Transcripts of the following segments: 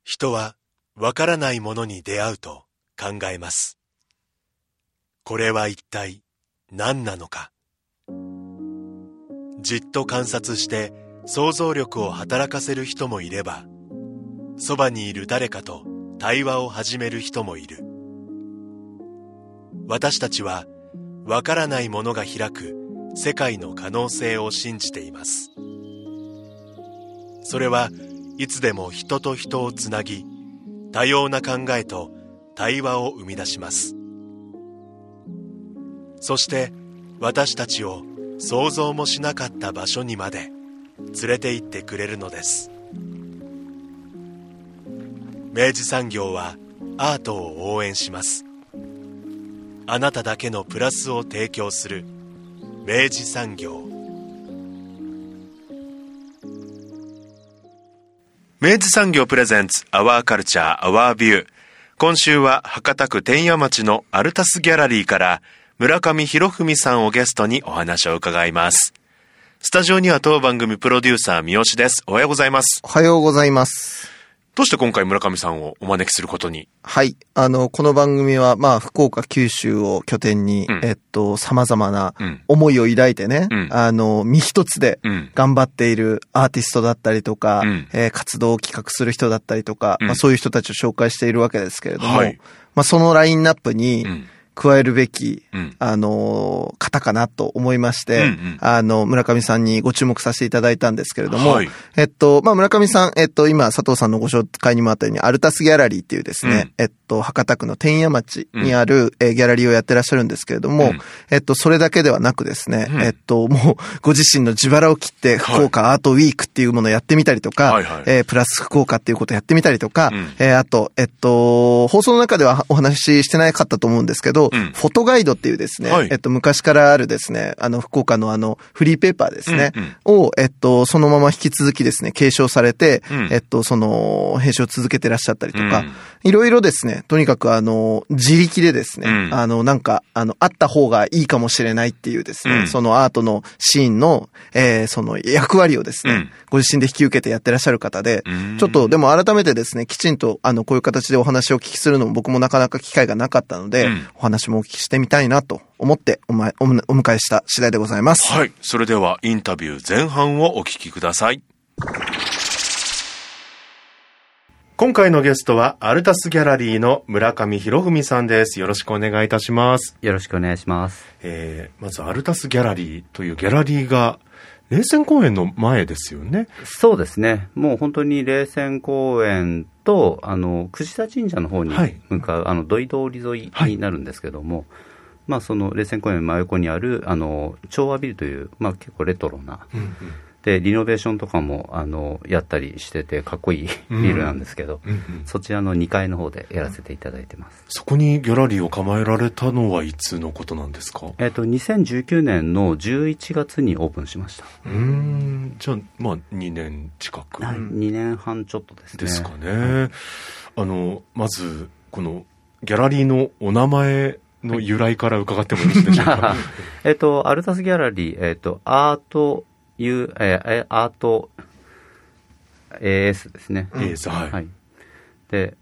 人はわからないものに出会うと考えます。これは一体何なのか。じっと観察して想像力を働かせる人もいれば、そばにいる誰かと対話を始める人もいる。私たちはわからないものが開く世界の可能性を信じています。それはいつでも人と人をつなぎ、多様な考えと対話を生み出します。そして私たちを想像もしなかった場所にまで連れて行ってくれるのです。明治産業はアートを応援します。あなただけのプラスを提供する明治産業。明治産業プレゼンツアワーカルチャーアワービュー。今週は博多区天谷町のアルタスギャラリーから村上博文さんをゲストにお話を伺います。スタジオには当番組プロデューサー三好です。おはようございます。 おはようございます。 どうして今回村上さんをお招きすることに？ はい。この番組は、福岡、九州を拠点に、様々な思いを抱いてね、身一つで頑張っているアーティストだったりとか、活動を企画する人だったりとか、そういう人たちを紹介しているわけですけれども、そのラインナップに、加えるべき、方かなと思いまして、村上さんにご注目させていただいたんですけれども、村上さん、今、佐藤さんのご紹介にもあったように、アルタスギャラリーっていうですね、博多区の天谷町にある、ギャラリーをやってらっしゃるんですけれども、それだけではなくですね、もう、ご自身の自腹を切って、福岡アートウィークっていうものをやってみたりとか、プラス福岡っていうことをやってみたりとか、あと、放送の中ではお話ししてなかったと思うんですけど、フォトガイドっていうですね、昔からあるですね、福岡のフリーペーパーですね、を、そのまま引き続きですね、継承されて、その、編集を続けてらっしゃったりとか、いろいろですね、とにかく自力でですね、あった方がいいかもしれないっていうですね、そのアートのシーンの、その役割をですね、ご自身で引き受けてやってらっしゃる方で、ちょっとでも改めてですね、きちんとこういう形でお話をお聞きするのも僕もなかなか機会がなかったので、お話もお聞きしてみたいなと思ってお迎えした次第でございます。 はい。それではインタビュー前半をお聞きください。今回のゲストはアルタスギャラリーの村上博文さんです。よろしくお願いいたします。 よろしくお願いします。 まずアルタスギャラリーというギャラリーが冷泉公園の前ですよね。 そうですね。もう本当に冷泉公園と櫛田神社の方に向かう、土井通り沿いになるんですけども、その冷泉公園真横にある調和ビルという、結構レトロな、でリノベーションとかもやったりしててかっこいいビルなんですけど、そちらの2階の方でやらせていただいてます。 そこにギャラリーを構えられたのはいつのことなんですか ？2019年の11月にオープンしました。 じゃあ2年近く、 2年半ちょっとですね。 ですかね。まずこのギャラリーのお名前の由来から伺ってもよろしいでしょうか？ アルタスギャラリー、アートAS ですね。 AS、はい。 で、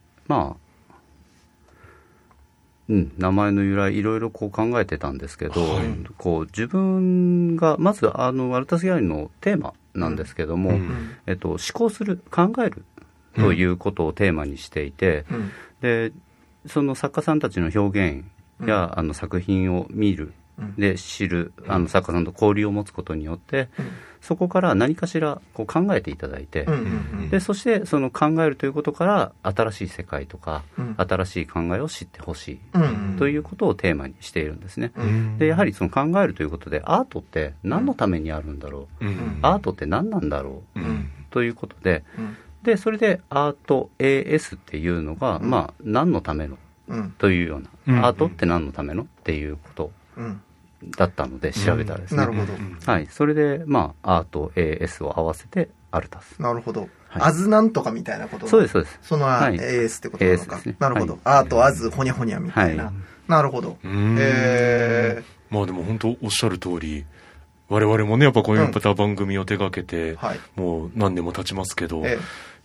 名前の由来いろいろこう考えてたんですけど、こう自分がまずアルタスギャラリーのテーマなんですけども、思考する、考えるということをテーマにしていて、でその作家さんたちの表現や作品を見るで知る作家さんと交流を持つことによって、そこから何かしらこう考えていただいて、でそしてその考えるということから新しい世界とか、新しい考えを知ってほしい、ということをテーマにしているんですね。でやはりその考えるということで、アートって何のためにあるんだろう、アートって何なんだろう、ということで、でそれでアート AS っていうのが、何のためのというような、アートって何のためのっていうことだったので調べたらですね、 なるほど。 はい、それでアート AS を合わせてアルタス。 なるほど。アズなんとかみたいなこと。 そうですそうです。 その AS ってことなのか。なるほど。アートアズホニャホニャみたいな。なるほど。 でも本当おっしゃる通り、我々もねやっぱこういう番組を手掛けて、もう何年も経ちますけど、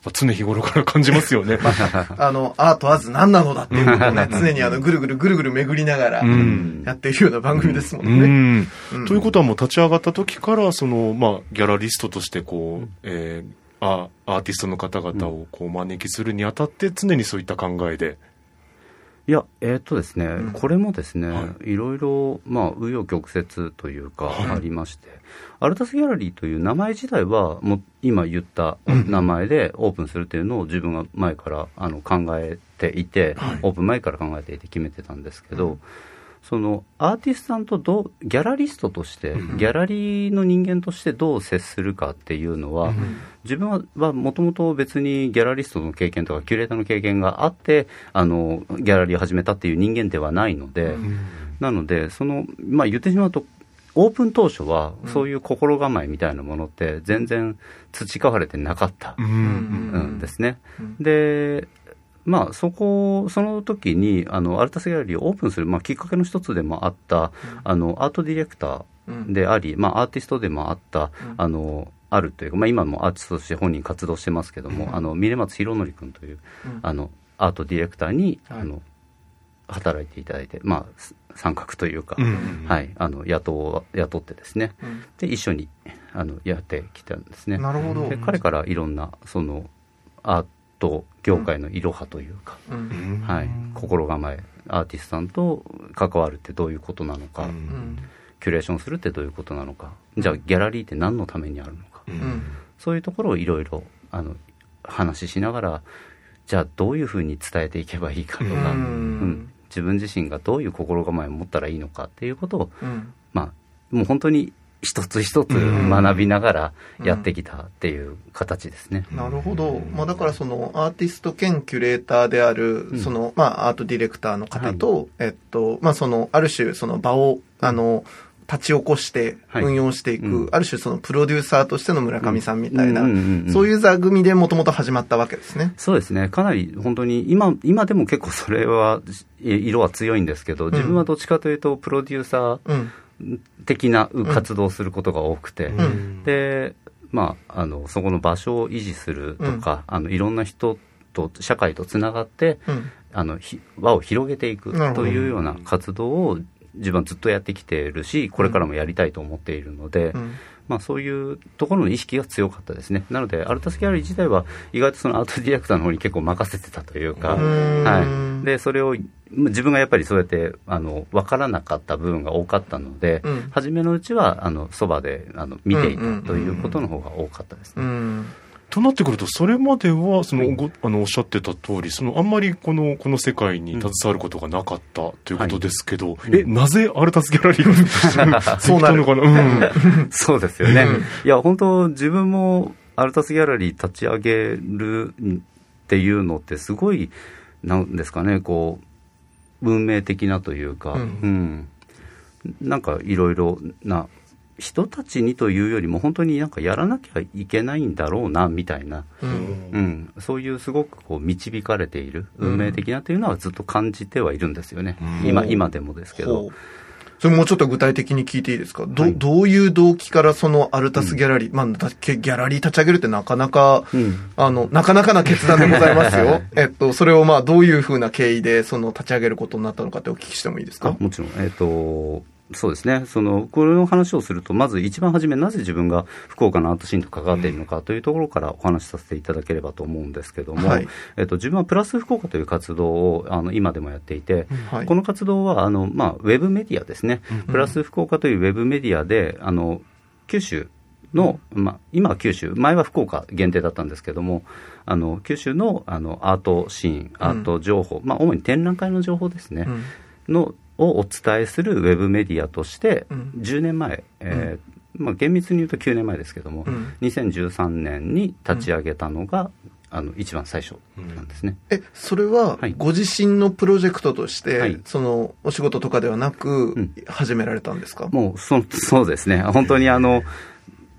常日頃から感じますよね。 アートはず何なのだっていうことをね、常にぐるぐる巡りながらやっているような番組ですもんね。 ということはもう立ち上がった時からギャラリストとしてアーティストの方々をお招きするにあたって常にそういった考えで。 いや、ですね、これもですね、いろいろ、紆余曲折というか、ありまして、アルタスギャラリーという名前自体は、もう今言った名前でオープンするというのを自分が前から考えていて、オープン前から考えていて決めてたんですけど、そのアーティストさんとギャラリストとして、ギャラリーの人間としてどう接するかっていうのは、自分はもともと別にギャラリストの経験とかキュレーターの経験があってギャラリーを始めたっていう人間ではないので、なので言ってしまうとオープン当初はそういう心構えみたいなものって全然培われてなかったんですね。でその時にアルタスギャラリーをオープンする、きっかけの一つでもあったアートディレクターであり、アーティストでもあったあるというか、今もアーティストとして本人活動してますけども、峰松博則君というアートディレクターに働いていただいて、参画というか、雇ってですね、で一緒にやってきたんですね。 なるほど。 で彼からいろんなアート業界のいろはというか、心構え、アーティストさんと関わるってどういうことなのか、キュレーションするってどういうことなのか、じゃあギャラリーって何のためにあるのか、そういうところをいろいろ話ししながら、じゃあどういうふうに伝えていけばいいかとか、自分自身がどういう心構えを持ったらいいのかっていうことを、もう本当に一つ一つ学びながらやってきたっていう形ですね。 なるほど。だからアーティスト兼キュレーターであるアートディレクターの方と、ある種場を立ち起こして運用していく、ある種プロデューサーとしての村上さんみたいな、そういう座組でもともと始まったわけですね。 そうですね。かなり本当に今でも結構それは色は強いんですけど、自分はどっちかというとプロデューサー的な活動をすることが多くて、でそこの場所を維持するとか、いろんな人と社会とつながって、輪を広げていくというような活動を自分はずっとやってきているし、これからもやりたいと思っているので、そういうところの意識が強かったですね。なのでアルタスギャラリー自体は意外とアートディレクターの方に結構任せてたというか、でそれを自分がやっぱりそうやって分からなかった部分が多かったので、初めのうちはそばで見ていたということの方が多かったですね。 となってくると、それまではおっしゃってた通り、あんまりこの世界に携わることがなかったということですけど、なぜアルタスギャラリーがそうなのかな。 そうですよね。いや本当自分もアルタスギャラリー立ち上げるっていうのってすごいなんですかね、運命的なというか、なんかいろいろな人たちにというよりも本当になんかやらなきゃいけないんだろうなみたいな、そういうすごく導かれている運命的なというのはずっと感じてはいるんですよね、今でもですけど。 それもうちょっと具体的に聞いていいですか。どういう動機からアルタスギャラリー、ギャラリー立ち上げるってなかなか、なかなかな決断でございますよ。それをどういうふうな経緯で立ち上げることになったのかってお聞きしてもいいですか。 もちろん。そうですね。これの話をすると、まず一番初めなぜ自分が福岡のアートシーンと関わっているのかというところからお話しさせていただければと思うんですけども、自分はプラス福岡という活動を今でもやっていて、この活動はウェブメディアですね、プラス福岡というウェブメディアで九州の、今は九州、前は福岡限定だったんですけども、九州のアートシーン、アート情報、主に展覧会の情報ですね、をお伝えするウェブメディアとして10年前、厳密に言うと9年前ですけども、2013年に立ち上げたのが一番最初なんですね。 それはご自身のプロジェクトとして、お仕事とかではなく始められたんですか。 もうそうですね。本当に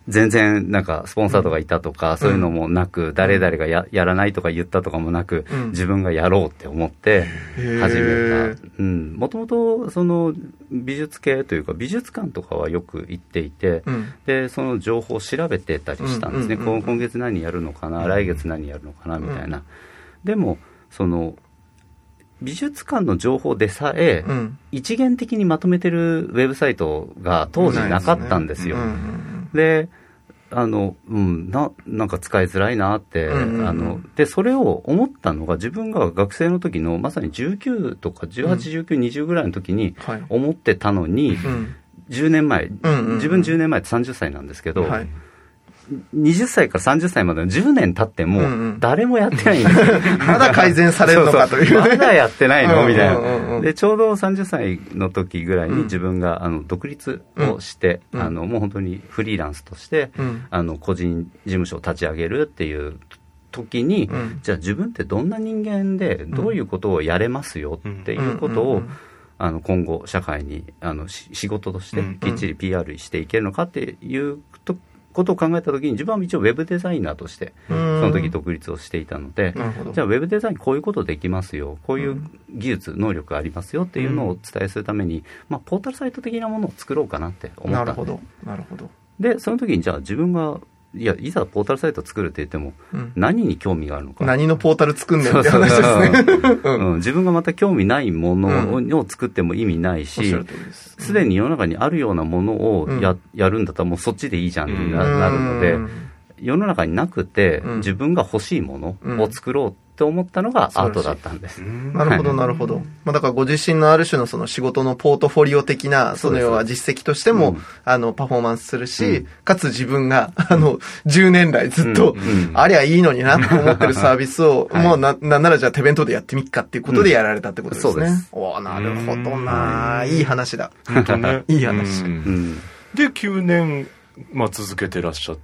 全然なんかスポンサーとかいたとか、そういうのもなく、誰々が やらないとか言ったとかもなく、自分がやろうって思って始めた。もともとその美術系というか美術館とかはよく行っていて、でその情報を調べてたりしたんですね。今月何やるのかな、来月何やるのかなみたいな。でもその美術館の情報でさえ、一元的にまとめてるウェブサイトが当時なかったんですよ。でなんか使いづらいなって、でそれを思ったのが自分が学生の時のまさに19とか18、19、20ぐらいの時に思ってたのに、10年前、自分10年前って30歳なんですけど、20歳から30歳までの10年経っても誰もやってないんですよ。 まだ改善されるのかという。 まだやってないのみたいな。でちょうど30歳の時ぐらいに自分が独立をして、もう本当にフリーランスとして、個人事務所を立ち上げるっていう時に、じゃあ自分ってどんな人間でどういうことをやれますよっていうことを、今後社会に仕事としてきっちり PR していけるのかっていうことを考えたときに、自分は一応ウェブデザイナーとしてその時独立をしていたので、じゃあウェブデザインこういうことできますよ、こういう技術能力ありますよっていうのをお伝えするために、ポータルサイト的なものを作ろうかなって思ったんで、 なるほど。 でその時にじゃあ自分がいざポータルサイト作るって言っても、何に興味があるのか、 何のポータル作んねんって話ですね。 自分がまた興味ないものを作っても意味ないし、すでに世の中にあるようなものをやるんだったらもうそっちでいいじゃんってなるので、世の中になくて自分が欲しいものを作ろうって思ったのがアートだったんです。 なるほどなるほど。だからご自身のある種のその仕事のポートフォリオ的な、その要は実績としてもパフォーマンスするし、かつ自分が10年来ずっとありゃいいのになと思ってるサービスを、もうなんならじゃあ手弁当でやってみっかっていうことでやられたってことですね。 そうです。 なるほどな、いい話だ。いい話。 で9年続けてらっしゃって、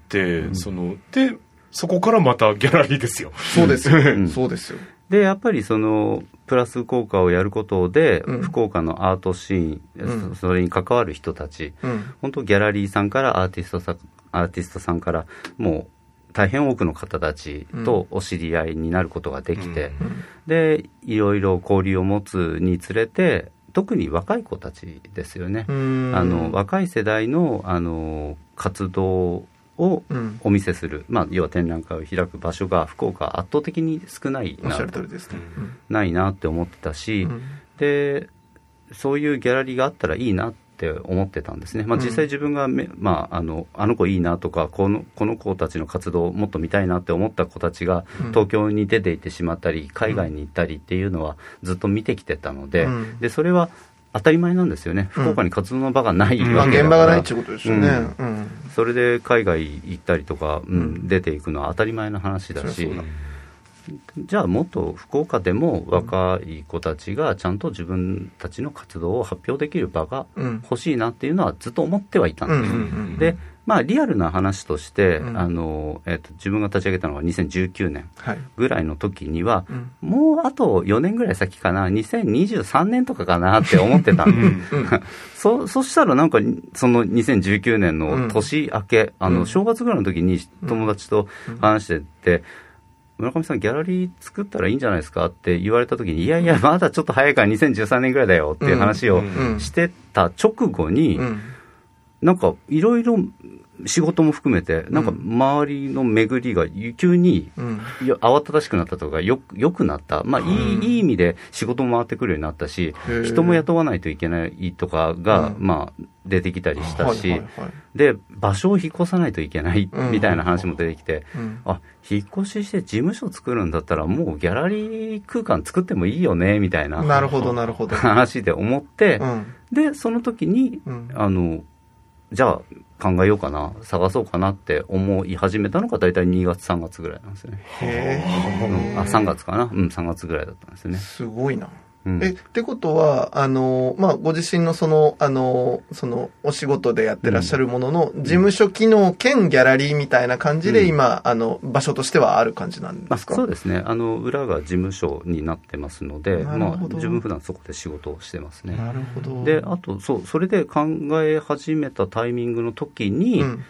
でそこからまたギャラリーですよ。 そうですよ。そうですよ。 でやっぱりそのプラス効果をやることで、福岡のアートシーン、それに関わる人たち、本当ギャラリーさんからアーティストさんからもう大変多くの方たちとお知り合いになることができて、でいろいろ交流を持つにつれて、特に若い子たちですよね。若い世代の活動をお見せする、要は展覧会を開く場所が福岡は圧倒的に少ないな、ないなって思ってたし、でそういうギャラリーがあったらいいなって思ってたんですね。実際自分があの子いいなとか、この子たちの活動をもっと見たいなって思った子たちが東京に出ていってしまったり、海外に行ったりっていうのはずっと見てきてたので、でそれは当たり前なんですよね。福岡に活動の場がないわけだから、 現場がないっていうことですよね。 それで海外行ったりとか、出ていくのは当たり前の話だし、じゃあもっと福岡でも若い子たちがちゃんと自分たちの活動を発表できる場が欲しいなっていうのはずっと思ってはいたんです。でリアルな話として、自分が立ち上げたのが2019年ぐらいの時には、もうあと4年ぐらい先かな、2023年とかかなって思ってたんです。そしたらなんかその2019年の年明け、正月ぐらいの時に友達と話してて、村上さんギャラリー作ったらいいんじゃないですかって言われた時に、いやいやまだちょっと早いから2013年ぐらいだよっていう話をしてた直後に、なんかいろいろ仕事も含めてなんか周りの巡りが急に慌ただしくなったとか、よくなった、いい意味で仕事も回ってくるようになったし、人も雇わないといけないとかが出てきたりしたし、で場所を引っ越さないといけないみたいな話も出てきて、引っ越しして事務所作るんだったらもうギャラリー空間作ってもいいよねみたいな話で思って、でその時にじゃあ考えようかな、探そうかなって思い始めたのが大体2月3月ぐらいなんですよね。3月かな、3月ぐらいだったんですよね。 すごいな。ってことはご自身のそのお仕事でやってらっしゃるものの、事務所機能兼ギャラリーみたいな感じで今、場所としてはある感じなんですか？ そうですね。裏が事務所になってますので、自分普段そこで仕事をしてますね。 なるほど。 であとそれで考え始めたタイミングの時に、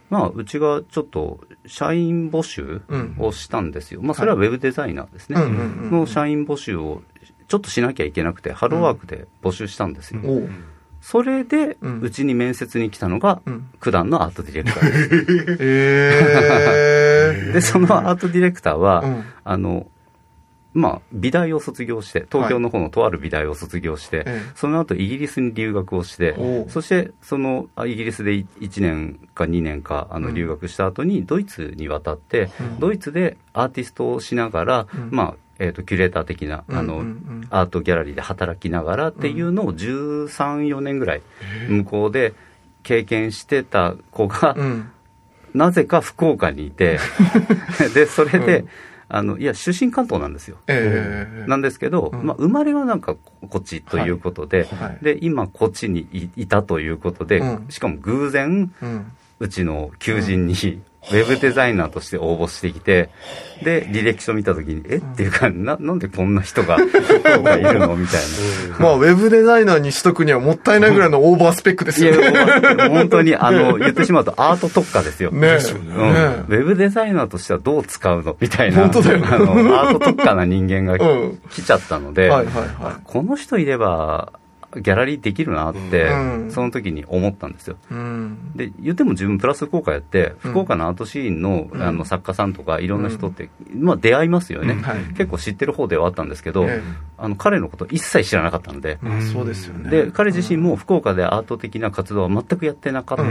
うちがちょっと社員募集をしたんですよ。それはウェブデザイナーですね。の社員募集をちょっとしなきゃいけなくて、ハローワークで募集したんですよ。それで、うちに面接に来たのが、九段のアートディレクターです。で、そのアートディレクターは、美大を卒業して、東京の方のとある美大を卒業して、その後イギリスに留学をして、そしてそのイギリスで1年か2年か留学した後にドイツに渡って、ドイツでアーティストをしながら、キュレーター的なアートギャラリーで働きながらっていうのを13、14年ぐらい向こうで経験してた子が、なぜか福岡にいて、で、それで、いや、出身関東なんですよ。なんですけど、生まれはなんかこっちということで、で、今こっちにいたということで、しかも偶然、うちの求人に、ウェブデザイナーとして応募してきて、で、履歴書見たときに、っていうか、なんでこんな人がいるのみたいな。ウェブデザイナーにしとくにはもったいないぐらいのオーバースペックですよね。 いや、本当に、言ってしまうとアート特化ですよ。 ね。 ウェブデザイナーとしてはどう使うのみたいな。 本当だよね。 アート特化な人間が来ちゃったので、この人いれば、ギャラリーできるなって、その時に思ったんですよ。で、言っても自分プラス福岡やって、福岡のアートシーンの、作家さんとかいろんな人って、出会いますよね。結構知ってる方ではあったんですけど、彼のこと一切知らなかったので、 そうですよね。 で、彼自身も福岡でアート的な活動は全くやってなかった。ち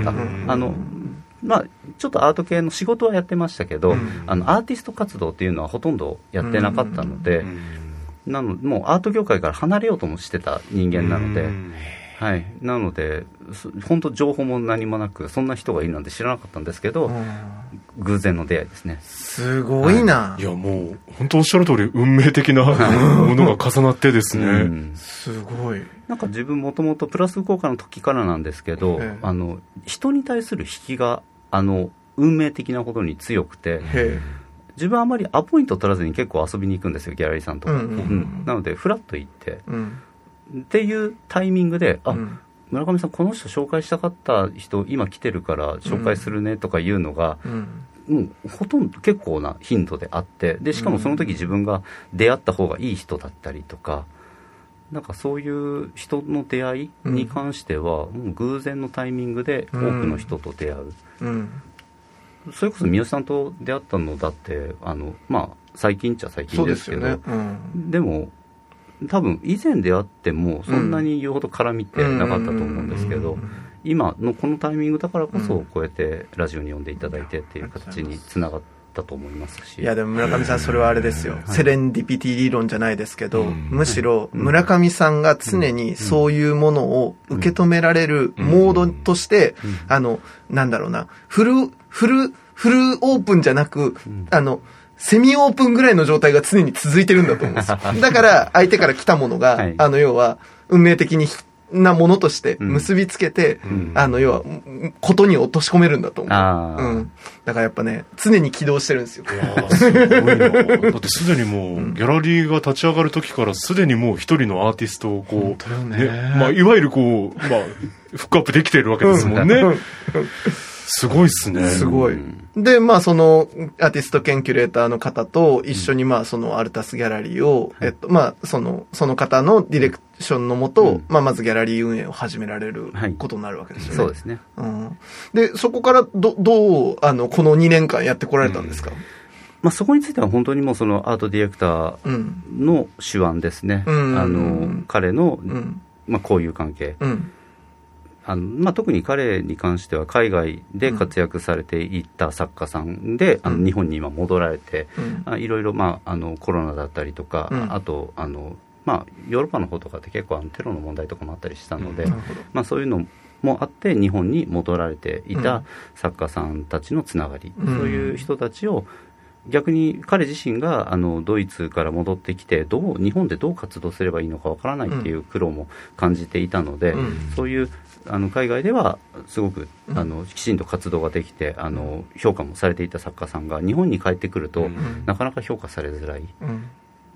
ょっとアート系の仕事はやってましたけど、アーティスト活動っていうのはほとんどやってなかったので、もうアート業界から離れようともしてた人間なので、はい、なので本当情報も何もなく、そんな人がいるなんて知らなかったんですけど、偶然の出会いですね。 すごいな。 いや、もう本当おっしゃる通り運命的なものが重なってですね。 すごい。 なんか自分もともとプラス福岡の時からなんですけど、人に対する引きが運命的なことに強くて、自分はあまりアポイント取らずに結構遊びに行くんですよ、ギャラリーさんとか。なのでフラッと行って、っていうタイミングで、村上さんこの人紹介したかった人今来てるから紹介するねとかいうのが、もうほとんど結構な頻度であって、でしかもその時自分が出会った方がいい人だったりとか、なんかそういう人の出会いに関しては、もう偶然のタイミングで多くの人と出会う。それこそ三好さんと出会ったのだって最近っちゃ最近ですけど、でも多分以前出会ってもそんなに言うほど絡みってなかったと思うんですけど、今のこのタイミングだからこそこうやってラジオに呼んでいただいてっていう形につながったと思いますし。 いやでも村上さん、それはあれですよ、セレンディピティ理論じゃないですけど、むしろ村上さんが常にそういうものを受け止められるモードとして、なんだろうな、フルオープンじゃなく、セミオープンぐらいの状態が常に続いてるんだと思うんですよ。だから相手から来たものが、要は運命的なものとして結びつけて、要はことに落とし込めるんだと思う。だからやっぱね、常に起動してるんですよ。 いやすごいな。だってすでにもうギャラリーが立ち上がる時からすでにもう一人のアーティストをこう、いわゆるこうフックアップできているわけですもんね。すごいっすね。 すごい。で、そのアーティスト兼キュレーターの方と一緒にそのアルタスギャラリーを、その方のディレクションのもと、まずギャラリー運営を始められることになるわけですよね。 そうですね。 で、そこからどうこの2年間やってこられたんですか？ そこについては本当にもうそのアートディレクターの手腕ですね。彼の、こういう関係。特に彼に関しては海外で活躍されていった作家さんで、日本に今戻られて、いろいろ、コロナだったりとか、あとヨーロッパの方とかって結構テロの問題とかもあったりしたので、そういうのもあって日本に戻られていた作家さんたちのつながり、そういう人たちを逆に彼自身がドイツから戻ってきて日本でどう活動すればいいのかわからないっていう苦労も感じていたので、そういう海外ではすごくきちんと活動ができて評価もされていた作家さんが日本に帰ってくると、なかなか評価されづらい。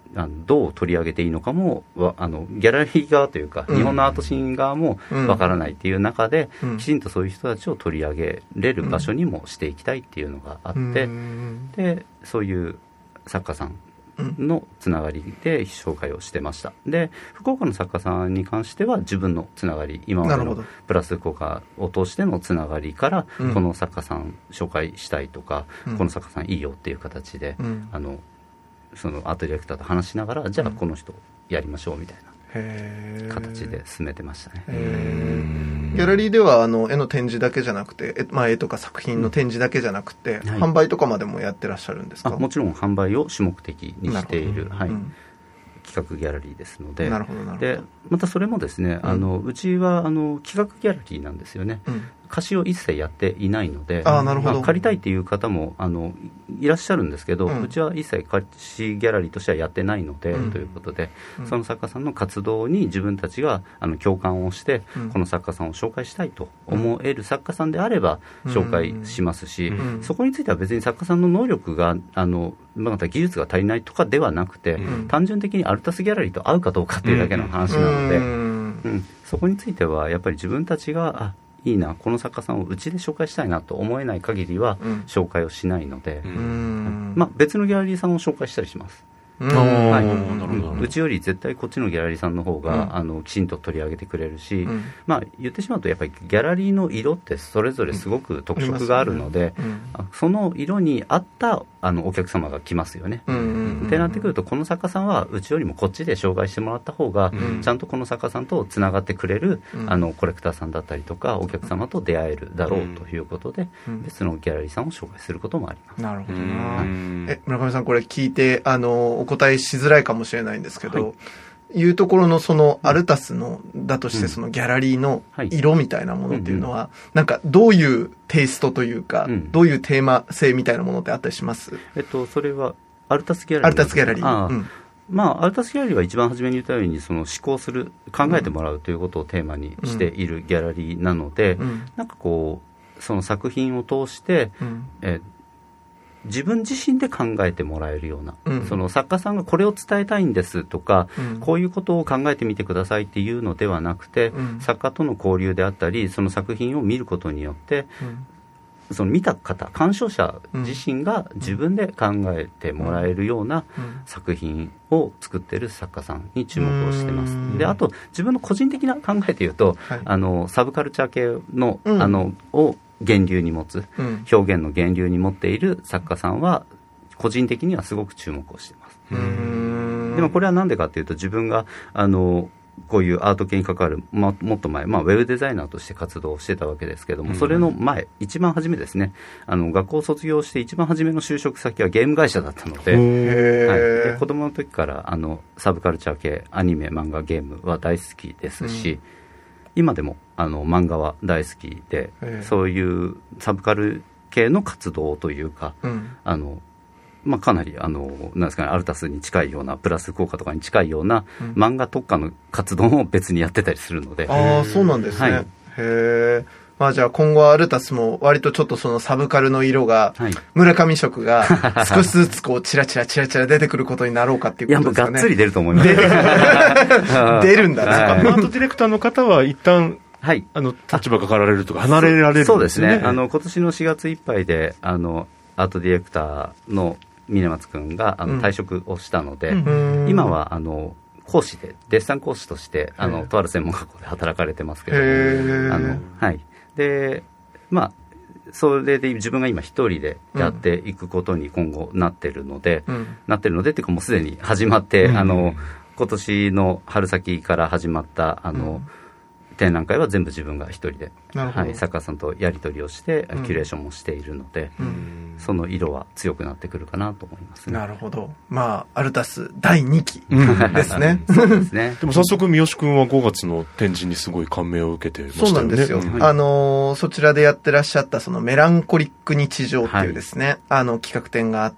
どう取り上げていいのかもギャラリー側というか、日本のアートシーン側もわからないっていう中で、きちんとそういう人たちを取り上げれる場所にもしていきたいっていうのがあって、でそういう作家さんのつながりで紹介をしてました。で福岡の作家さんに関しては自分のつながり、今までのプラス福岡を通してのつながりから、この作家さん紹介したいとか、この作家さんいいよっていう形で、そのアートディレクターと話しながら、じゃあこの人やりましょうみたいな形で進めてましたね。 ギャラリーでは絵の展示だけじゃなくて、絵とか作品の展示だけじゃなくて、販売とかまでもやってらっしゃるんですか？ もちろん販売を主目的にしている、企画ギャラリーですので。でまたそれもですね、うちは企画ギャラリーなんですよね。貸しを一切やっていないので、借りたいっていう方もいらっしゃるんですけど、うちは一切貸しギャラリーとしてはやってないので、ということで、その作家さんの活動に自分たちが共感をして、この作家さんを紹介したいと思える作家さんであれば紹介しますし、そこについては別に作家さんの能力がまた技術が足りないとかではなくて、単純的にアルタスギャラリーと合うかどうかっていうだけの話なので、そこについてはやっぱり自分たちがいいな、この作家さんをうちで紹介したいなと思えない限りは紹介をしないので、別のギャラリーさんを紹介したりします。うちより絶対こっちのギャラリーさんの方が、きちんと取り上げてくれるし、言ってしまうとやっぱりギャラリーの色ってそれぞれすごく特色があるので、その色に合ったお客様が来ますよね。ってなってくると、この作家さんはうちよりもこっちで紹介してもらった方が、ちゃんとこの作家さんとつながってくれる、コレクターさんだったりとかお客様と出会えるだろうということで、別のギャラリーさんを紹介することもあります。 なるほどな。村上さん、これ聞いてお答えしづらいかもしれないんですけど、いうところのそのアルタスのだとして、そのギャラリーの色みたいなものっていうのは、なんかどういうテイストというか、どういうテーマ性みたいなものってあったりします？ それはアルタスギャラリー。 アルタスギャラリー。 アルタスギャラリーは一番初めに言ったように、その思考する、考えてもらうということをテーマにしているギャラリーなので、なんかこうその作品を通して、自分自身で考えてもらえるような、その作家さんがこれを伝えたいんですとか、こういうことを考えてみてくださいっていうのではなくて、作家との交流であったり、その作品を見ることによって、その見た方、鑑賞者自身が自分で考えてもらえるような作品を作っている作家さんに注目をしてます。で、あと自分の個人的な考えでいうと、サブカルチャー系の、を源流に持つ、表現の源流に持っている作家さんは個人的にはすごく注目をしています。でもこれは何でかっていうと、自分がこういうアート系に関わる、もっと前、ウェブデザイナーとして活動してたわけですけども、それの前、一番初めですね、学校を卒業して一番初めの就職先はゲーム会社だったので、で子供の時からサブカルチャー系、アニメ、漫画、ゲームは大好きですし、今でも漫画は大好きで、そういうサブカル系の活動というか、かなりなんですかね、アルタスに近いような、プラス福岡とかに近いような、漫画特化の活動も別にやってたりするので。 そうなんですね。へー。じゃあ今後はアルタスも割とちょっとそのサブカルの色が、村上色が少しずつこうチラチラ出てくることになろうかっていうことですかね。 いや、もうがっつり出ると思います。 出るんだね。 アートディレクターの方は一旦、立場が変わられるとか離れられるんですね。 そうですね。今年の4月いっぱいで、アートディレクターの峰松君が退職をしたので、今は講師で、デッサン講師としてとある専門学校で働かれてますけども、でそれで自分が今一人でやっていくことに今後なってるので、っていうかもうすでに始まって、今年の春先から始まった展覧会は全部自分が一人で、作家さんとやり取りをしてキュレーションもしているので、その色は強くなってくるかなと思いますね。 なるほど。アルタス第2期ですね。 そうですね。 でも早速三好君は5月の展示にすごい感銘を受けてましたよね。 そうなんですよ。そちらでやってらっしゃったそのメランコリック日常っていうですね、企画展があって、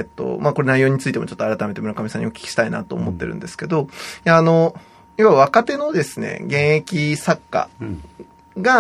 これ内容についてもちょっと改めて村上さんにお聞きしたいなと思ってるんですけど、要は若手のですね、現役作家が、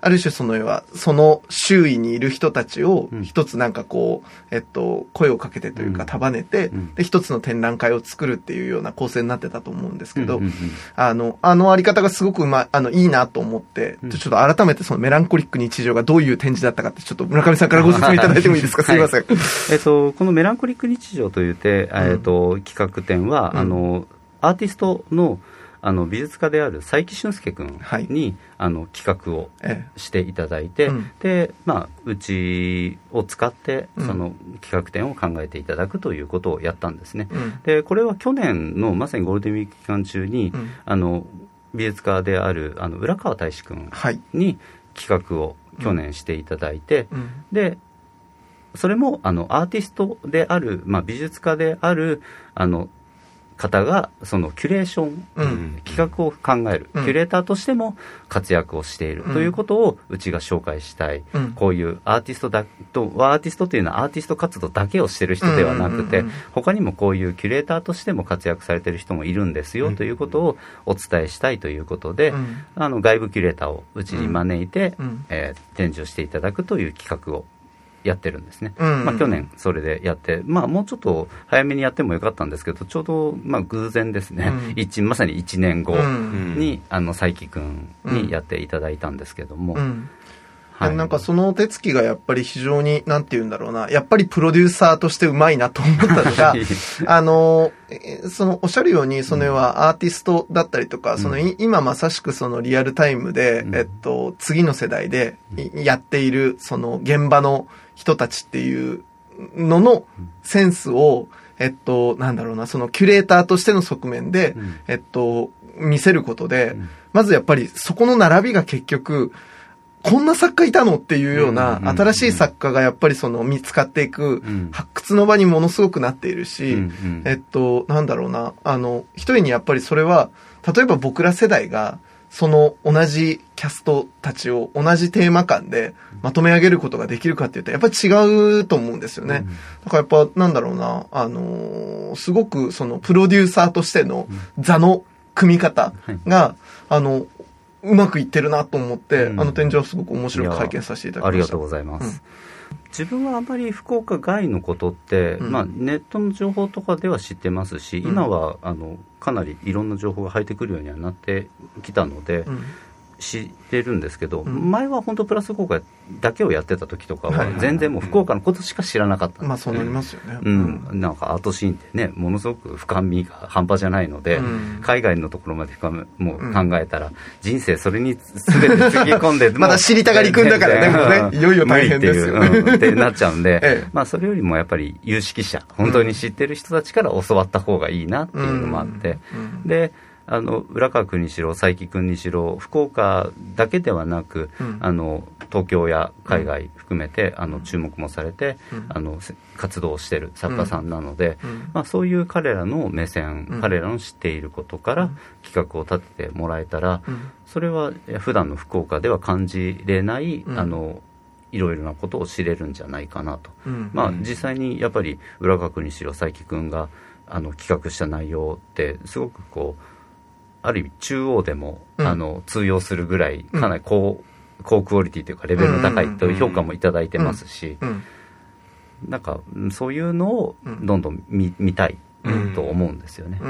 ある種その要は、その周囲にいる人たちを一つなんかこう、声をかけてというか束ねて、で、一つの展覧会を作るっていうような構成になってたと思うんですけど、あのあり方がすごくいいなと思って、ちょっと改めてそのメランコリック日常がどういう展示だったかって、ちょっと村上さんからご説明いただいてもいいですか？すいません。 このメランコリック日常という企画展は、アーティストの美術家である佐伯俊介君に、企画をしていただいて、で、うちを使ってその企画展を考えていただくということをやったんですね。で、これは去年のまさにゴールデンウィーク期間中に、美術家である浦川大志君に企画を去年していただいて、でそれもアーティストである、美術家である方がそのキュレーション、企画を考える、キュレーターとしても活躍をしているということをうちが紹介したい、こういうアーティストアーティストというのはアーティスト活動だけをしている人ではなくて、他にもこういうキュレーターとしても活躍されている人もいるんですよということをお伝えしたいということで、外部キュレーターをうちに招いて、展示をしていただくという企画をやってるんですね。去年それでやって、もうちょっと早めにやってもよかったんですけど、ちょうど偶然ですね、まさに1年後に佐伯君にやっていただいたんですけども、 なんかその手つきがやっぱり非常になんて言うんだろうな、やっぱりプロデューサーとしてうまいなと思ったのがそのおっしゃるようにその要はアーティストだったりとか、その今まさしくそのリアルタイムで次の世代でやっているその現場の人たちっていうののセンスをなんだろうな、そのキュレーターとしての側面で見せることで、まずやっぱりそこの並びが結局こんな作家いたのっていうような新しい作家がやっぱりその見つかっていく発掘の場にものすごくなっているし、なんだろうな、一重にやっぱりそれは例えば僕ら世代がその同じキャストたちを同じテーマ感でまとめ上げることができるかっていうとやっぱり違うと思うんですよね。だからやっぱなんだろうな、すごくそのプロデューサーとしての座の組み方が、うまくいってるなと思って、展示はすごく面白く拝見させていただきました。 ありがとうございます。自分はあまり福岡外のことって、ネットの情報とかでは知ってますし、今はかなりいろんな情報が入ってくるようにはなってきたので、知ってるんですけど、前は本当プラス福岡だけをやってた時とかは全然もう福岡のことしか知らなかったんです。 そうなりますよね。 なんかアートシーンってね、ものすごく深みが半端じゃないので、海外のところまでもう考えたら、人生それに全てつぎ込んでまだ知りたがりくんだからね、もうね、いよいよ大変ですよってなっちゃうんで、それよりもやっぱり有識者、本当に知ってる人たちから教わった方がいいなっていうのもあって、で浦川君にしろ佐伯君にしろ福岡だけではなく、東京や海外含めて注目もされて、活動をしている作家さんなので、そういう彼らの目線、彼らの知っていることから企画を立ててもらえたら、それは普段の福岡では感じれない、いろいろなことを知れるんじゃないかなと、実際にやっぱり浦川君にしろ佐伯君が企画した内容ってすごくこうある意味中央でも、通用するぐらいかなり高クオリティというかレベルの高いという評価もいただいてますし、なんかそういうのをどんどん 見たいと思うんですよね。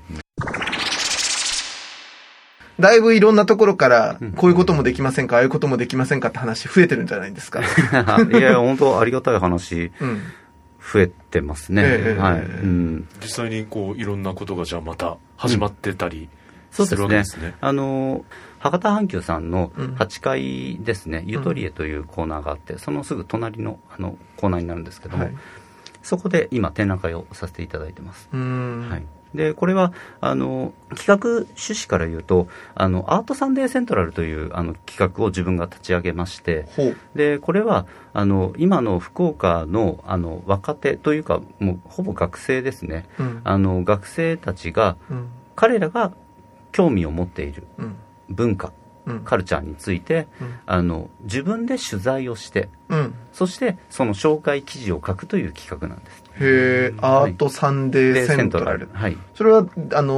だいぶいろんなところからこういうこともできませんか、ああいうこともできませんかって話増えてるんじゃないですか。 いや本当ありがたい話、増えてますね。 実際にこういろんなことがじゃあまた始まってたりするわけですね。 博多阪急さんの8階ですね、ユトリエというコーナーがあって、そのすぐ隣のコーナーになるんですけども、そこで今展覧会をさせていただいてます。でこれは企画趣旨から言うとアートサンデーセントラルという企画を自分が立ち上げまして、でこれは今の福岡の若手というかもうほぼ学生ですね、学生たちが、彼らが興味を持っている文化、カルチャーについて、自分で取材をして、そしてその紹介記事を書くという企画なんです。 へー、アートサンデーセントラル。それは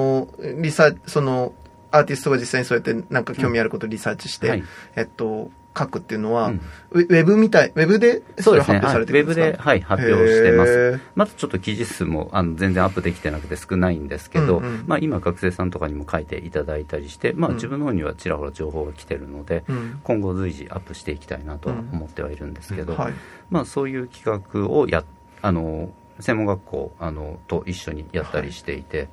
そのアーティストが実際にそうやってなんか興味あることをリサーチして、 書くっていうのは、ウェブでそれ発表されてるんですか？ ウェブで、はい、発表してます。まずちょっと記事数も全然アップできてなくて少ないんですけど、今学生さんとかにも書いていただいたりして、自分の方にはちらほら情報が来てるので、今後随時アップしていきたいなとは思ってはいるんですけど、そういう企画を専門学校と一緒にやったりしていて、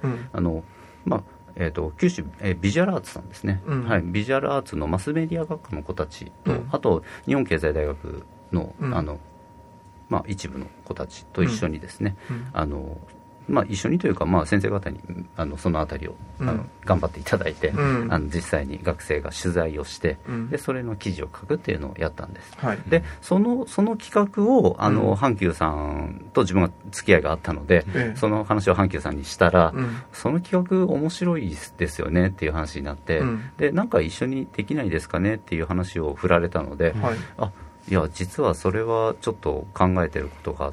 九州ビジュアルアーツさんですね、ビジュアルアーツのマスメディア学科の子たちと、あと日本経済大学の、一部の子たちと一緒にですね、一緒にというか、先生方にそのあたりを頑張っていただいて、実際に学生が取材をして、でそれの記事を書くっていうのをやったんです、でその企画を阪急さんと自分が付き合いがあったので、その話を阪急さんにしたら、その企画面白いですよねっていう話になって、でなんか一緒にできないですかねっていう話を振られたので、いや実はそれはちょっと考えてることがあって、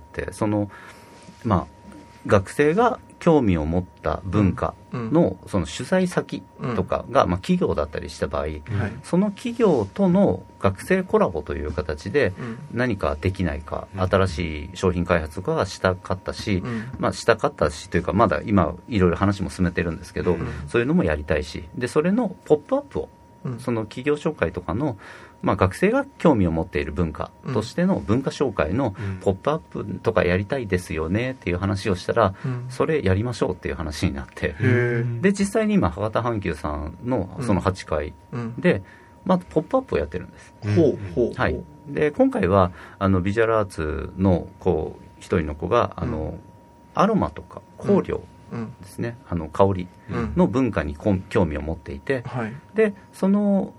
学生が興味を持った文化のその取材先とかが企業だったりした場合、その企業との学生コラボという形で何かできないか、新しい商品開発とかがしたかったしというか、まだ今いろいろ話も進めてるんですけど、そういうのもやりたいし、でそれのポップアップを、その企業紹介とかの学生が興味を持っている文化としての文化紹介のポップアップとかやりたいですよねっていう話をしたら、それやりましょうっていう話になって、で実際に今博多阪急さんのその8階で、ポップアップをやってるんです。で今回はビジュアルアーツの一人の子がアロマとか香料ですね、香りの文化に興味を持っていて、でそ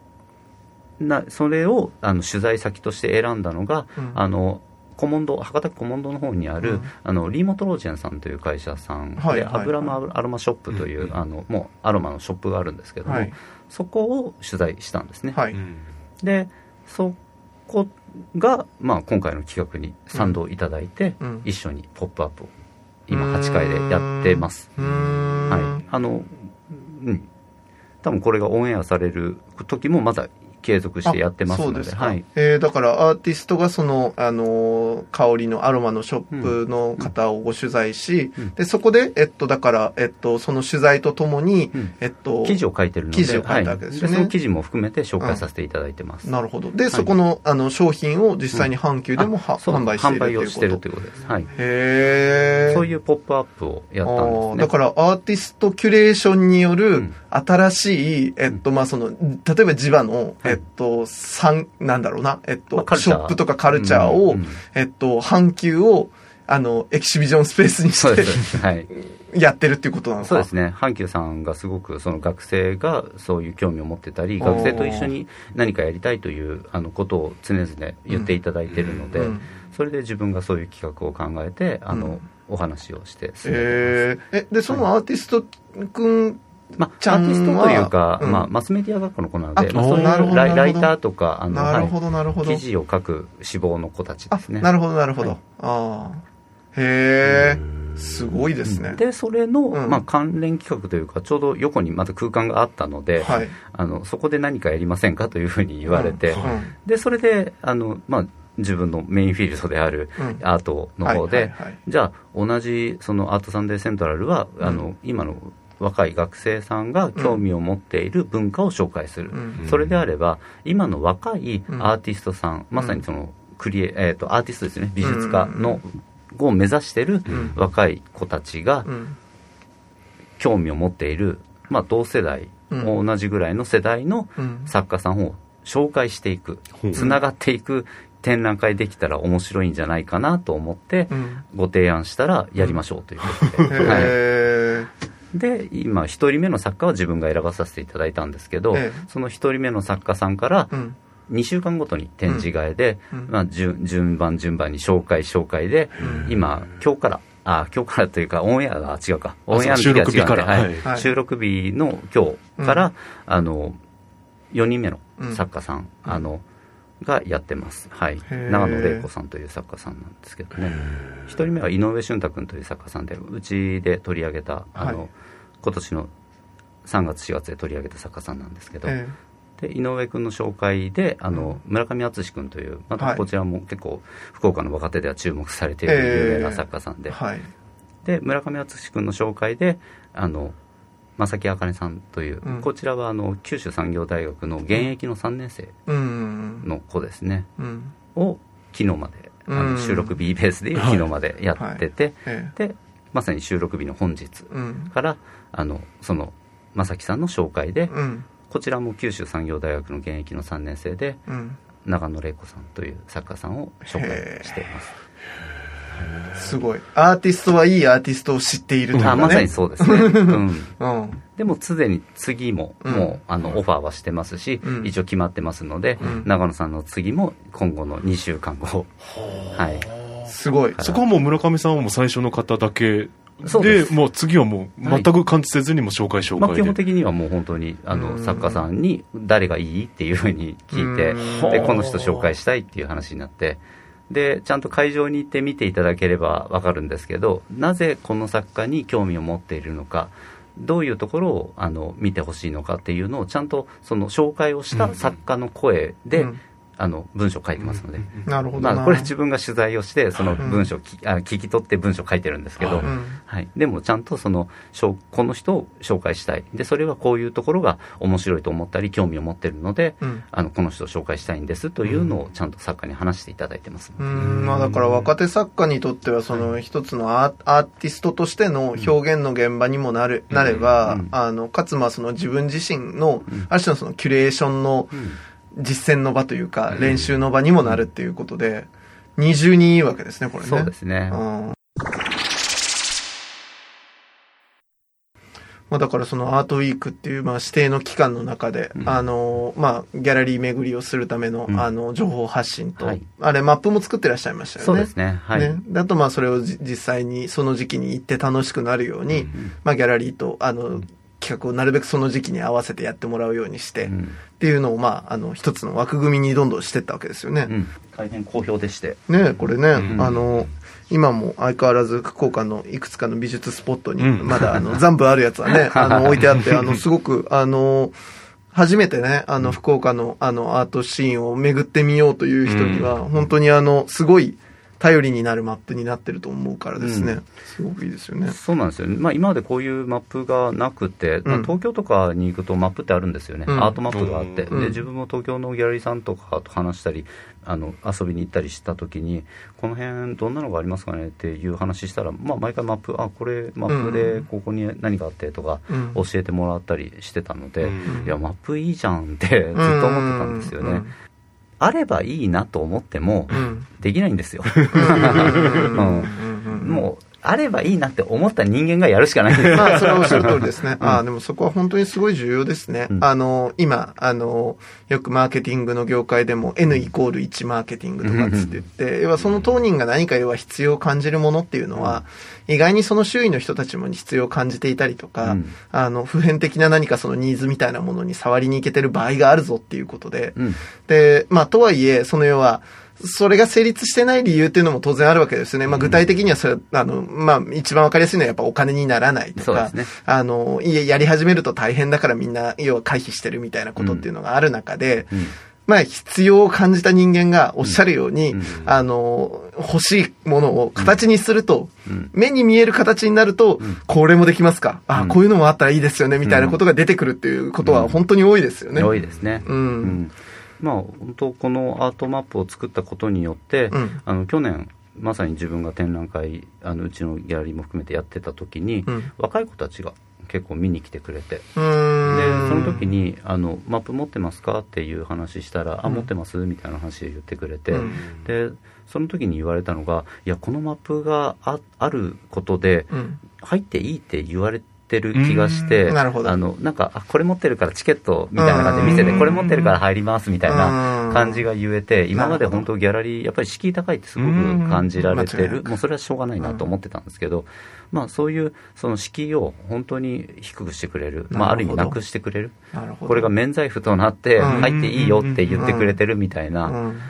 れを取材先として選んだのが、博多区コモンドの方にある、リーモトロージェンさんという会社さんで、アロマショップという、もうアロマのショップがあるんですけども、そこを取材したんですね。でそこが、今回の企画に賛同いただいて、一緒にポップアップを今8回でやってます。多分これがオンエアされる時もまだ継続してやってますので。 そうですか。だからアーティストがその香りのアロマのショップの方をご取材し、でそこでだからその取材とともに記事を書いてるので、 記事を書いたわけですよね。 でその記事も含めて紹介させていただいてます。 なるほど。でそこの商品を実際に阪急でも販売しているということです。そういうポップアップをやったんですね。 だからアーティストキュレーションによる新しいその例えば地場のなんだろうな、ショップとかカルチャーを、阪急を、エキシビジョンスペースにして、やってるっていうことなのか。 そうですね。阪急さんがすごく、その学生がそういう興味を持ってたり、学生と一緒に何かやりたいということを常々言っていただいているので、それで自分がそういう企画を考えて、お話をして進めてます。 で、そのアーティスト君、 アーティストというか、マスメディア学科の子なので、そういうライターとか記事を書く志望の子たちですね。 なるほどなるほど。へえ、すごいですね。 でそれの、関連企画というか、ちょうど横にまた空間があったので、そこで何かやりませんかというふうに言われて、でそれで自分のメインフィールドであるアートの方で、じゃあ同じそのアートサンデーセントラルは今の若い学生さんが興味を持っている文化を紹介する、それであれば今の若いアーティストさん、まさにそのアーティストですね、美術家のを目指している若い子たちが興味を持っている、同世代、同じぐらいの世代の作家さんを紹介していく、つながっていく展覧会できたら面白いんじゃないかなと思ってご提案したらやりましょうということで、で今1人目の作家は自分が選ばさせていただいたんですけど、その1人目の作家さんから2週間ごとに展示会で、順番に紹介で、今今日からというかオンエアが違うか、オンエアの時は違うんで、収録日の今日から4人目の作家さんがやってます。長野玲子さんという作家さんなんですけどね。1人目は井上俊太君という作家さんで、うちで取り上げた今年の3月4月で取り上げた作家さんなんですけど、 で井上君の紹介で村上敦君というまたこちらも結構福岡の若手では注目されている有名な作家さんで、で村上敦君の紹介で正木茜さんという、こちらは九州産業大学の現役の3年生の子ですね、を昨日まで収録日ベースで昨日までやってて、でまさに収録日の本日からその正木さんの紹介で、こちらも九州産業大学の現役の3年生で、長野玲子さんという作家さんを紹介しています。 すごい。アーティストはいいアーティストを知っているというかね。 まさにそうですね。でも常に次ももうオファーはしてますし、一応決まってますので、長野さんの次も今後の2週間後。 すごい。 そこはもう村上さんはもう最初の方だけで、もう次はもう全く感じせずにも紹介で、 基本的にはもう本当に作家さんに誰がいいっていうふうに聞いて、でこの人紹介したいっていう話になって、でちゃんと会場に行って見ていただければ分かるんですけど、なぜこの作家に興味を持っているのか、どういうところを見てほしいのかっていうのをちゃんとその紹介をした作家の声で、文章を書いてますので、 なるほどな。 これ自分が取材をしてその文章を聞き取って文章を書いてるんですけど、でもちゃんとこの人を紹介したい、でそれはこういうところが面白いと思ったり興味を持ってるので、この人を紹介したいんですというのをちゃんと作家に話していただいてます。 だから若手作家にとってはその一つのアーティストとしての表現の現場にもなれば、かつその自分自身のある種のそのキュレーションの実践の場というか練習の場にもなるっていうことで、二重にいいわけですね、これね。 そうですね。 だからそのアートウィークっていう指定の期間の中で、ギャラリー巡りをするための、情報発信と、あれマップも作ってらっしゃいましたよね。 そうですね。 であとそれを実際にその時期に行って楽しくなるように、ギャラリーと企画をなるべくその時期に合わせてやってもらうようにして、っていうのを一つの枠組みにどんどんしていったわけですよね。 大変好評でしてね、これね、今も相変わらず福岡のいくつかの美術スポットにまだ残部あるやつはね置いてあって、すごく初めてね福岡のアートシーンを巡ってみようという人には本当にすごい頼りになるマップになってると思うからですね、すごくいいですよね。 そうなんですよね。今までこういうマップがなくて、東京とかに行くとマップってあるんですよね、アートマップがあって、で自分も東京のギャラリーさんとかと話したり遊びに行ったりした時に、この辺どんなのがありますかねっていう話したら、毎回マップ、これマップでここに何があってとか教えてもらったりしてたので、いやマップいいじゃんってずっと思ってたんですよね。あればいいなと思ってもできないんですよ。もうあればいいなって思った人間がやるしかないんです。 それはおっしゃる通りですね。でもそこは本当にすごい重要ですね。今よくマーケティングの業界でも N=1 マーケティングとかつって言って、要はその当人が何か要は必要を感じるものっていうのは、意外にその周囲の人たちも必要を感じていたりとか、普遍的な何かそのニーズみたいなものに触りに行けてる場合があるぞっていうことで、でとはいえその要はそれが成立してない理由っていうのも当然あるわけですよね。具体的にはそれ一番わかりやすいのはやっぱお金にならないとか、やり始めると大変だからみんな要は回避してるみたいなことっていうのがある中で、必要を感じた人間がおっしゃるように、欲しいものを形にすると、目に見える形になると、これもできますか、こういうのもあったらいいですよねみたいなことが出てくるっていうことは本当に多いですよね。 多いですね。本当このアートマップを作ったことによって、去年まさに自分が展覧会うちのギャラリーも含めてやってた時に、若い子たちが結構見に来てくれて、でその時にマップ持ってますかっていう話したら、持ってますみたいな話で言ってくれて、でその時に言われたのが、いやこのマップが あることで、入っていいって言われてる気がして、なんかこれ持ってるからチケットみたいな感じで見せて、これ持ってるから入りますみたいな感じが言えて、今まで本当ギャラリーやっぱり敷居高いってすごく感じられてる、もうそれはしょうがないなと思ってたんですけど、そういうその敷居を本当に低くしてくれる、ある意味なくしてくれる、これが免罪符となって入っていいよって言ってくれてるみたいな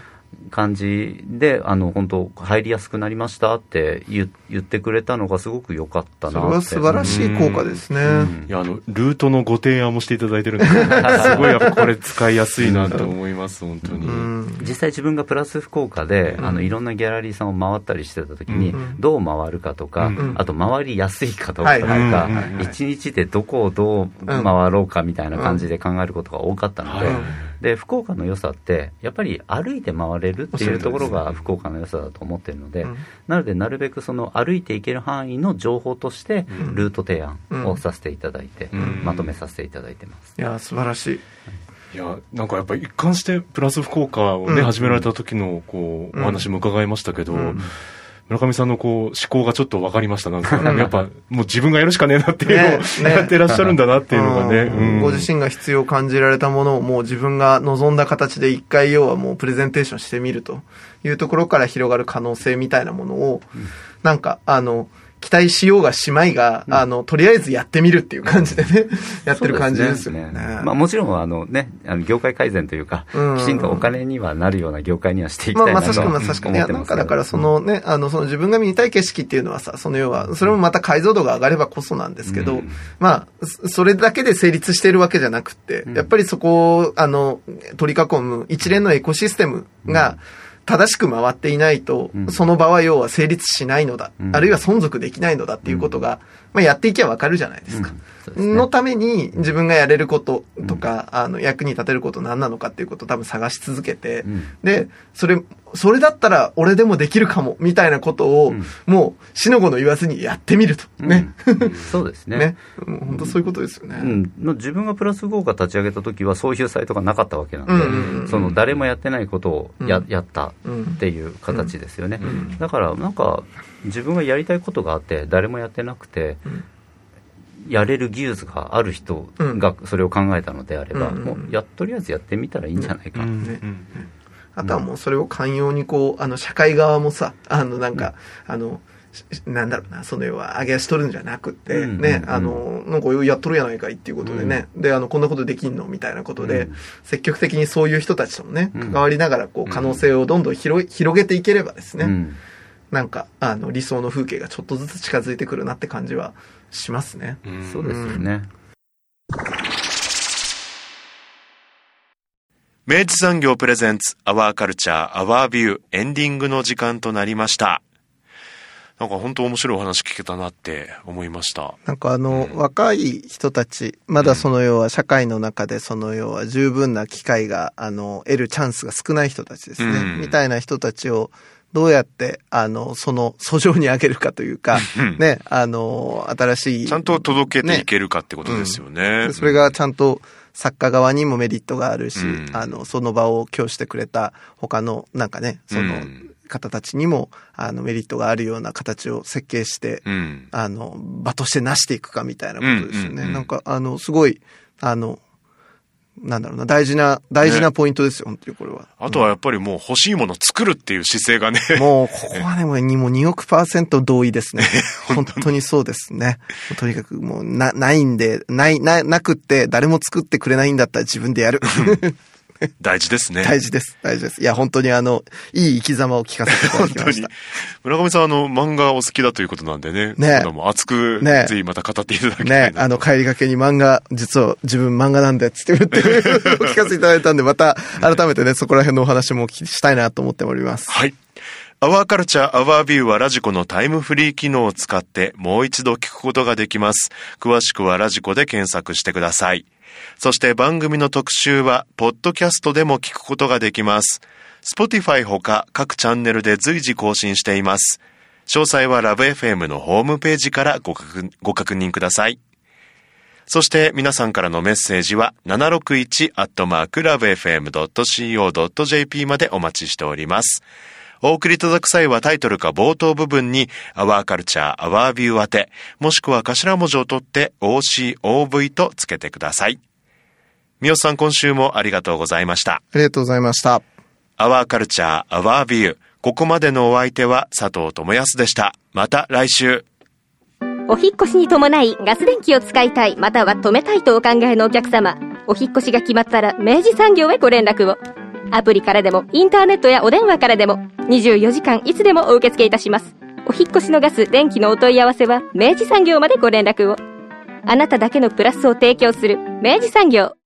感じで本当入りやすくなりましたって言ってくれたのがすごく良かったなって。 それは素晴らしい効果ですね。 いやルートのご提案もしていただいてるんですけどすごいやっぱこれ使いやすいなと思います本当に。 実際自分がプラス福岡でいろんなギャラリーさんを回ったりしてた時に、どう回るかとか、あと回りやすいかどうかとか、一日でどこをどう回ろうかみたいな感じで考えることが多かったので、で福岡の良さってやっぱり歩いて回れるっていうところが福岡の良さだと思ってるので、なのでなるべくその歩いていける範囲の情報としてルート提案をさせていただいて、まとめさせていただいてます。 いや素晴らしい。 いやなんかやっぱり一貫してプラス福岡をね、始められた時のお話も伺いましたけど、村上さんの思考がちょっと分かりました。なんかやっぱもう自分がやるしかねえなっていうのをやってらっしゃるんだなっていうのがね、 ご自身が必要を感じられたものをもう自分が望んだ形で一回要はもうプレゼンテーションしてみるというところから広がる可能性みたいなものを、なんか期待しようがしまいが、とりあえずやってみるっていう感じでね、やってる感じですよね。 まあもちろん業界改善というか、きちんとお金にはなるような業界にはしていきたいなと思ってます。 まさしく。いや、なんかだからそのね、その自分が見たい景色っていうのはさ、その要は、それもまた解像度が上がればこそなんですけど、まあ、それだけで成立しているわけじゃなくて、やっぱりそこを、取り囲む一連のエコシステムが、正しく回っていないと、その場は要は成立しないのだ、あるいは存続できないのだっていうことが、まあやっていけばわかるじゃないですか。のために自分がやれることとか、役に立てること何なのかっていうことを多分探し続けて、で、それだったら俺でもできるかも、みたいなことを、もう、しのごの言わずにやってみると。ね。 そうですね。 ね。本当そういうことですよね。 自分がプラス福岡立ち上げた時はそういうサイトがなかったわけなんで、その誰もやってないことをやったっていう形ですよね。だからなんか、自分がやりたいことがあって、誰もやってなくて、やれる技術がある人がそれを考えたのであれば、もうとりあえずやってみたらいいんじゃないかな。 あとはもうそれを寛容に社会側もさ、なんか、なんだろうな、その要は上げ足取るんじゃなくて、ね、なんかやっとるやないかいっていうことでね、で、こんなことできんのみたいなことで、積極的にそういう人たちともね、関わりながら可能性をどんどん広げていければですね、なんか、理想の風景がちょっとずつ近づいてくるなって感じはしますね。 そうですよね。 明治産業プレゼンツアワーカルチャーアワービューエンディングの時間となりました。なんか本当面白いお話聞けたなって思いました。 なんか若い人たち、まだその要は社会の中でその要は十分な機会が得るチャンスが少ない人たちですね。みたいな人たちをどうやって、その訴状に上げるかというか、ね、新しい。 ちゃんと届けていけるかってことですよね。 それがちゃんと作家側にもメリットがあるし、その場を供してくれた他のなんかね、その方たちにも、メリットがあるような形を設計して、場として成していくかみたいなことですよね。なんか、すごい、なんだろうな、大事なポイントですよ、本当にこれは。 あとはやっぱりもう欲しいもの作るっていう姿勢がね。 もう、ここはね、もう2億%同意ですね。本当にそうですね。とにかくもう、ないんで、なくって誰も作ってくれないんだったら自分でやる。 大事ですね。 大事です。いや、本当にいい生き様を聞かせていただきました。 村上さん漫画お好きだということなんでね。 ね。 も熱く、ぜひまた語っていただきたいな。 ね。帰りがけに実は自分漫画なんで、つって言ってお聞かせいただいたんで、また改めてね、そこら辺のお話もしたいなと思っております。 はい。アワーカルチャーアワービューはラジコのタイムフリー機能を使ってもう一度聞くことができます。詳しくはラジコで検索してください。そして番組の特集はポッドキャストでも聞くことができます。Spotify ほか各チャンネルで随時更新しています。詳細はラブ FM のホームページからご確認ください。そして皆さんからのメッセージは 761@lovefm.co.jp までお待ちしております。お送りいただく際はタイトルか冒頭部分にアワーカルチャーアワービュー宛て、もしくは頭文字を取って OCOV とつけてください。三好さん、今週もありがとうございました。 ありがとうございました。 アワーカルチャーアワービュー、ここまでのお相手は佐藤智康でした。また来週。 お引越しに伴いガス電気を使いたい、または止めたいとお考えのお客様、お引越しが決まったら明治産業へご連絡を。 アプリからでもインターネットやお電話からでも24時間いつでもお受け付けいたします。お引っ越しのガス、電気のお問い合わせは明治産業までご連絡を。あなただけのプラスを提供する明治産業。